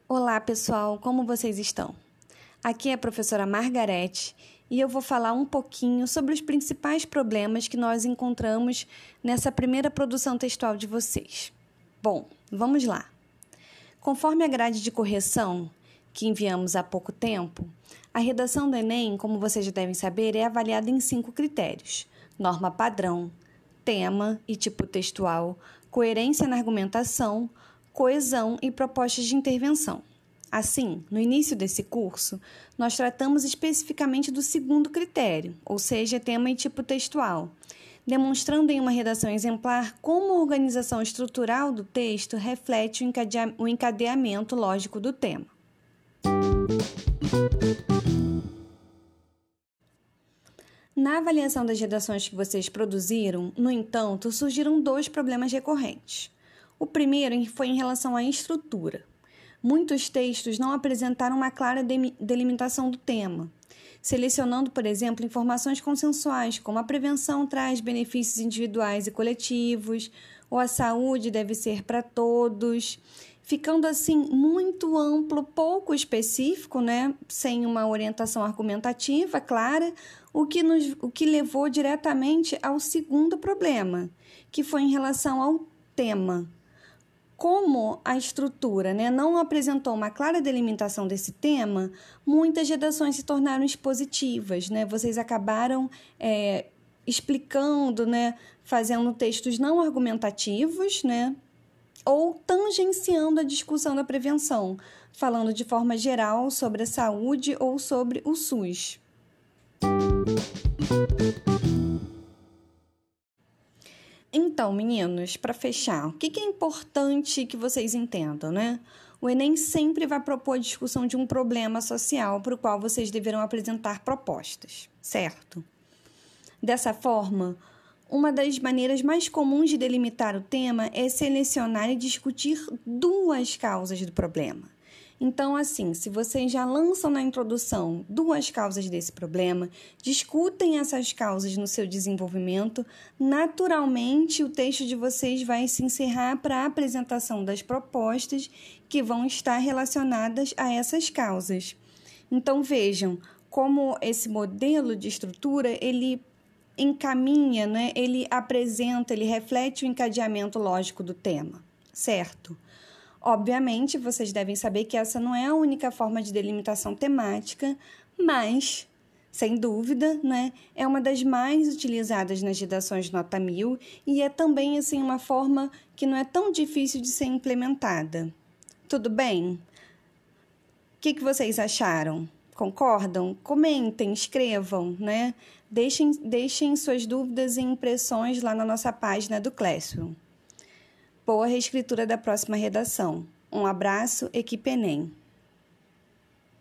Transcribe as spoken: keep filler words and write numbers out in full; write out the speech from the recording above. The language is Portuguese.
Olá, pessoal, como vocês estão? Aqui é a professora Margarete e eu vou falar um pouquinho sobre os principais problemas que nós encontramos nessa primeira produção textual de vocês. Bom, vamos lá. Conforme a grade de correção que enviamos há pouco tempo, a redação do Enem, como vocês já devem saber, é avaliada em cinco critérios: norma padrão, tema e tipo textual, coerência na argumentação, coesão e propostas de intervenção. Assim, no início desse curso, nós tratamos especificamente do segundo critério, ou seja, tema e tipo textual, demonstrando em uma redação exemplar como a organização estrutural do texto reflete o encadeamento lógico do tema. Na avaliação das redações que vocês produziram, no entanto, surgiram dois problemas recorrentes. O primeiro foi em relação à estrutura. Muitos textos não apresentaram uma clara delimitação do tema, selecionando, por exemplo, informações consensuais, como a prevenção traz benefícios individuais e coletivos, ou a saúde deve ser para todos, ficando assim muito amplo, pouco específico, né? Sem uma orientação argumentativa clara, o que, nos, o que levou diretamente ao segundo problema, que foi em relação ao tema. Como a estrutura, né, não apresentou uma clara delimitação desse tema, muitas redações se tornaram expositivas, né? Vocês acabaram é, explicando, né, fazendo textos não argumentativos, né, ou tangenciando a discussão da prevenção, falando de forma geral sobre a saúde ou sobre o SUS. Então, meninos, para fechar, o que é importante que vocês entendam, né? O Enem sempre vai propor a discussão de um problema social para o qual vocês deverão apresentar propostas, certo? Dessa forma, uma das maneiras mais comuns de delimitar o tema é selecionar e discutir duas causas do problema. Então, assim, se vocês já lançam na introdução duas causas desse problema, discutem essas causas no seu desenvolvimento, naturalmente o texto de vocês vai se encerrar para a apresentação das propostas que vão estar relacionadas a essas causas. Então, vejam como esse modelo de estrutura, ele encaminha, né? Ele apresenta, ele reflete o encadeamento lógico do tema, certo? Obviamente, vocês devem saber que essa não é a única forma de delimitação temática, mas, sem dúvida, né, é uma das mais utilizadas nas redações nota mil e é também assim, uma forma que não é tão difícil de ser implementada. Tudo bem? O que, que vocês acharam? Concordam? Comentem, escrevam, né? Deixem, deixem suas dúvidas e impressões lá na nossa página do Classroom. Boa reescritura da próxima redação. Um abraço, equipe Enem.